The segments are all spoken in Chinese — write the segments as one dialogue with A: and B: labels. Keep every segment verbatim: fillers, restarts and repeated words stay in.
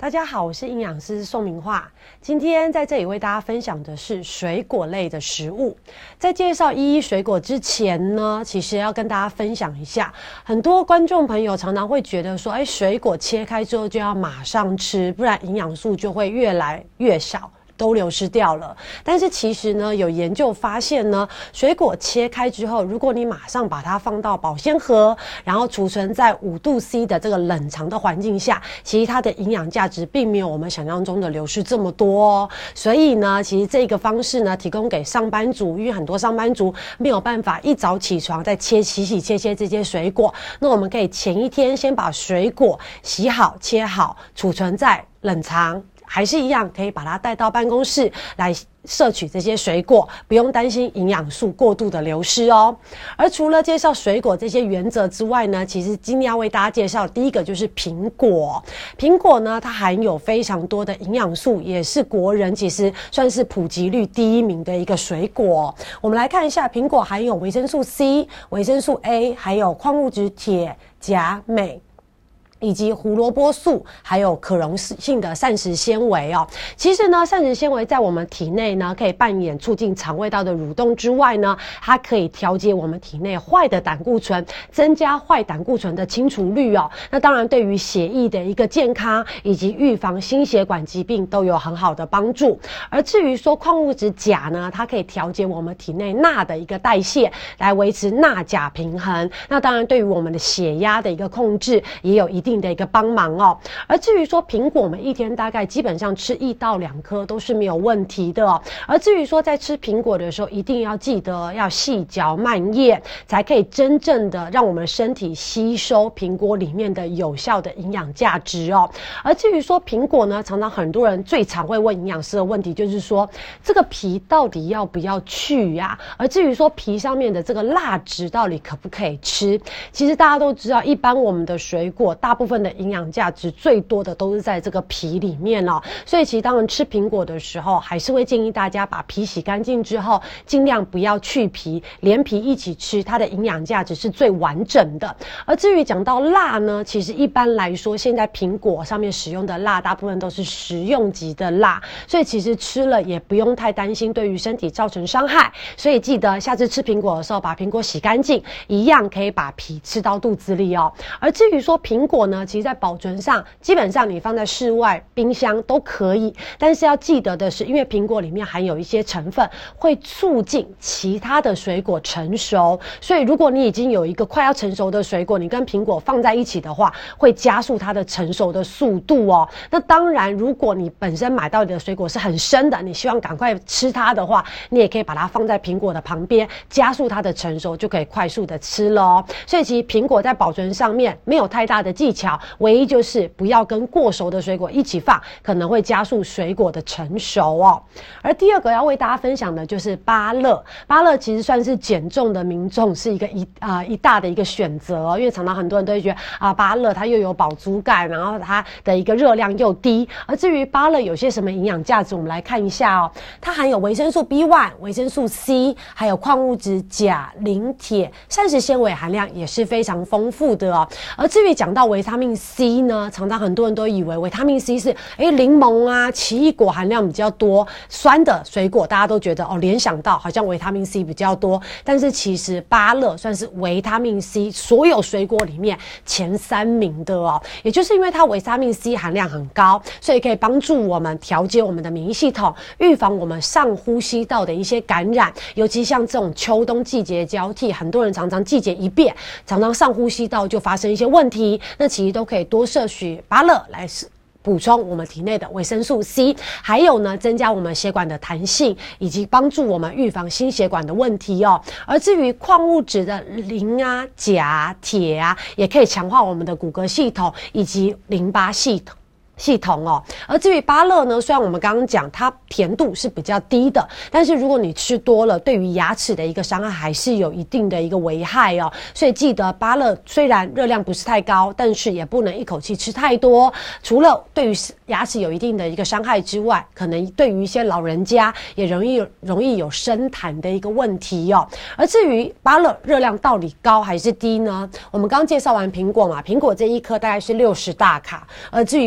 A: 大家好，我是营养师宋明化。今天在这里为大家分享的是水果类的食物。在介绍一一水果之前呢，其实要跟大家分享一下，很多观众朋友常常会觉得说，哎，水果切开之后就要马上吃，不然营养素就会越来越少，都流失掉了。但是其实呢，有研究发现呢，水果切开之后，如果你马上把它放到保鲜盒，然后储存在五度 C 的这个冷藏的环境下，其实它的营养价值并没有我们想象中的流失这么多哦。所以呢，其实这个方式呢，提供给上班族，因为很多上班族没有办法一早起床再切洗洗切切这些水果，那我们可以前一天先把水果洗好切好，储存在冷藏。还是一样可以把它带到办公室来摄取这些水果，不用担心营养素过度的流失哦。而除了介绍水果这些原则之外呢，其实今天要为大家介绍第一个就是苹果。苹果呢，它含有非常多的营养素，也是国人其实算是普及率第一名的一个水果。我们来看一下，苹果含有维生素 C、维生素 A， 还有矿物质铁、钾、镁。以及胡萝卜素，还有可溶性的膳食纤维哦。其实呢，膳食纤维在我们体内呢，可以扮演促进肠胃道的蠕动之外呢，它可以调节我们体内坏的胆固醇，增加坏胆固醇的清除率哦。那当然，对于血液的一个健康以及预防心血管疾病都有很好的帮助。而至于说矿物质钾呢，它可以调节我们体内钠的一个代谢，来维持钠钾平衡。那当然，对于我们的血压的一个控制，也有一定的一个帮忙哦。而至于说苹果，我们一天大概基本上吃一到两颗都是没有问题的哦。而至于说在吃苹果的时候，一定要记得要细嚼慢咽，才可以真正的让我们身体吸收苹果里面的有效的营养价值哦。而至于说苹果呢，常常很多人最常会问营养师的问题就是说，这个皮到底要不要去呀、啊？而至于说皮上面的这个蜡质到底可不可以吃？其实大家都知道，一般我们的水果大部分部分的营养价值最多的都是在这个皮里面哦，所以其实当然吃苹果的时候，还是会建议大家把皮洗干净之后，尽量不要去皮，连皮一起吃，它的营养价值是最完整的。而至于讲到蜡呢，其实一般来说，现在苹果上面使用的蜡，大部分都是食用级的蜡，所以其实吃了也不用太担心对于身体造成伤害。所以记得下次吃苹果的时候，把苹果洗干净，一样可以把皮吃到肚子里哦。而至于说苹果呢，其实在保存上，基本上你放在室外冰箱都可以，但是要记得的是，因为苹果里面含有一些成分会促进其他的水果成熟，所以如果你已经有一个快要成熟的水果，你跟苹果放在一起的话，会加速它的成熟的速度哦。那当然，如果你本身买到的水果是很生的，你希望赶快吃它的话，你也可以把它放在苹果的旁边，加速它的成熟，就可以快速的吃了哦。所以其实苹果在保存上面没有太大的技巧，唯一就是不要跟过熟的水果一起放，可能会加速水果的成熟哦。而第二个要为大家分享的就是芭乐。芭乐其实算是减重的民众是一个一啊、呃、一大的一个选择哦，因为常常很多人都会觉得啊，芭乐它又有饱足感，然后它的一个热量又低。而至于芭乐有些什么营养价值，我们来看一下哦。它含有维生素 B 一、维生素 C， 还有矿物质钾、磷、铁，膳食纤维含量也是非常丰富的哦。而至于讲到维他命 C 呢，常常很多人都以为维他命 C 是诶柠檬啊、奇异果含量比较多，酸的水果大家都觉得哦，联想到好像维他命 C 比较多，但是其实芭乐算是维他命 C 所有水果里面前三名的哦。也就是因为它维他命 C 含量很高，所以可以帮助我们调节我们的免疫系统，预防我们上呼吸道的一些感染，尤其像这种秋冬季节交替，很多人常常季节一变，常常上呼吸道就发生一些问题，那其实都可以多摄取芭乐来补充我们体内的维生素 C， 还有呢，增加我们血管的弹性，以及帮助我们预防心血管的问题哦。而至于矿物质的磷啊、钾、铁啊，也可以强化我们的骨骼系统以及淋巴系统。系统哦。而至于芭乐呢，虽然我们刚刚讲它甜度是比较低的，但是如果你吃多了，对于牙齿的一个伤害还是有一定的一个危害哦。所以记得芭乐虽然热量不是太高，但是也不能一口气吃太多，除了对于牙齿有一定的一个伤害之外，可能对于一些老人家也容易容易有生痰的一个问题哦。而至于芭乐热量到底高还是低呢？我们刚介绍完苹果嘛，苹果这一颗大概是六十大卡，而至于芭乐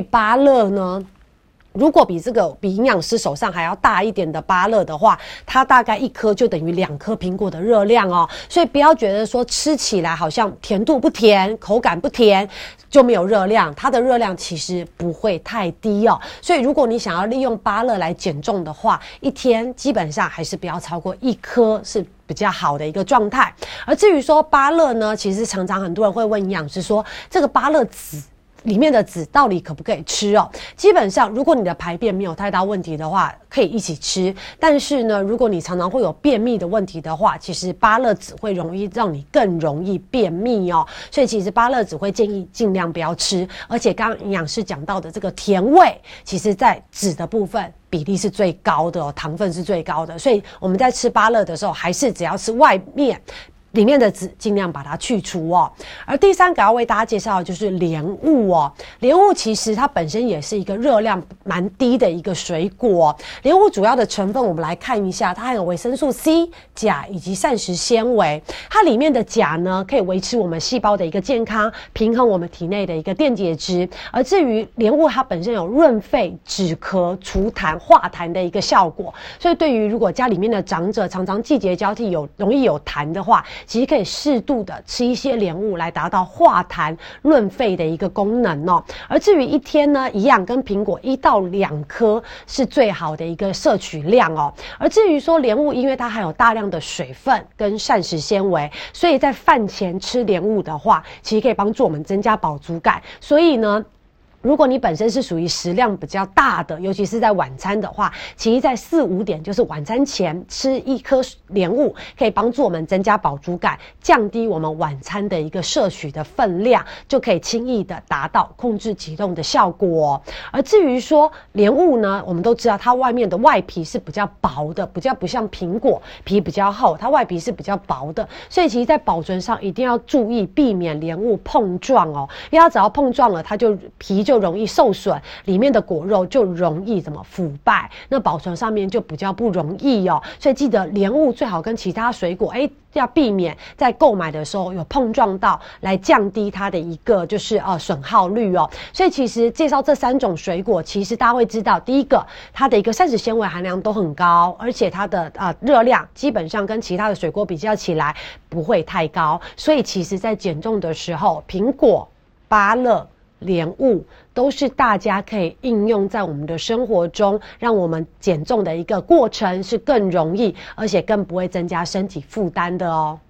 A: 乐呢，如果比这个比营养师手上还要大一点的芭乐的话，它大概一颗就等于两颗苹果的热量哦。所以不要觉得说吃起来好像甜度不甜，口感不甜就没有热量，它的热量其实不会太低哦。所以如果你想要利用芭乐来减重的话，一天基本上还是不要超过一颗是比较好的一个状态。而至于说芭乐呢，其实常常很多人会问营养师说，这个芭乐籽里面的籽到底可不可以吃哦？基本上，如果你的排便没有太大问题的话，可以一起吃。但是呢，如果你常常会有便秘的问题的话，其实芭乐籽会容易让你更容易便秘哦。所以其实芭乐籽会建议尽量不要吃。而且刚刚营养师讲到的这个甜味，其实在籽的部分比例是最高的哦，糖分是最高的。所以我们在吃芭乐的时候，还是只要吃外面里面的籽尽量把它去除哦。而第三个要为大家介绍的就是莲雾哦。莲雾其实它本身也是一个热量蛮低的一个水果。莲雾主要的成分我们来看一下，它含有维生素 C、钾以及膳食纤维。它里面的钾呢，可以维持我们细胞的一个健康，平衡我们体内的一个电解质。而至于莲雾，它本身有润肺、止咳、除痰、化痰的一个效果。所以对于如果家里面的长者常常季节交替有容易有痰的话，其实可以适度的吃一些莲雾来达到化痰润肺的一个功能哦。而至于一天呢，一样跟苹果一到两颗是最好的一个摄取量哦。而至于说莲雾，因为它含有大量的水分跟膳食纤维，所以在饭前吃莲雾的话，其实可以帮助我们增加饱足感。所以呢，如果你本身是属于食量比较大的，尤其是在晚餐的话，其实在四五点，就是晚餐前吃一颗莲雾，可以帮助我们增加饱足感，降低我们晚餐的一个摄取的分量，就可以轻易的达到控制体重的效果哦。而至于说莲雾呢，我们都知道它外面的外皮是比较薄的，比较不像苹果皮比较厚，它外皮是比较薄的，所以其实在保存上一定要注意避免莲雾碰撞哦，因为它只要碰撞了，它就皮就容易受损，里面的果肉就容易怎么腐败，那保存上面就比较不容易哦。所以记得莲雾最好跟其他水果，哎，要避免在购买的时候有碰撞到，来降低它的一个就是呃损耗率哦。所以其实介绍这三种水果，其实大家会知道，第一个它的一个膳食纤维含量都很高，而且它的呃热量基本上跟其他的水果比较起来不会太高，所以其实在减重的时候，苹果、芭乐、莲雾都是大家可以应用在我们的生活中，让我们减重的一个过程是更容易，而且更不会增加身体负担的哦。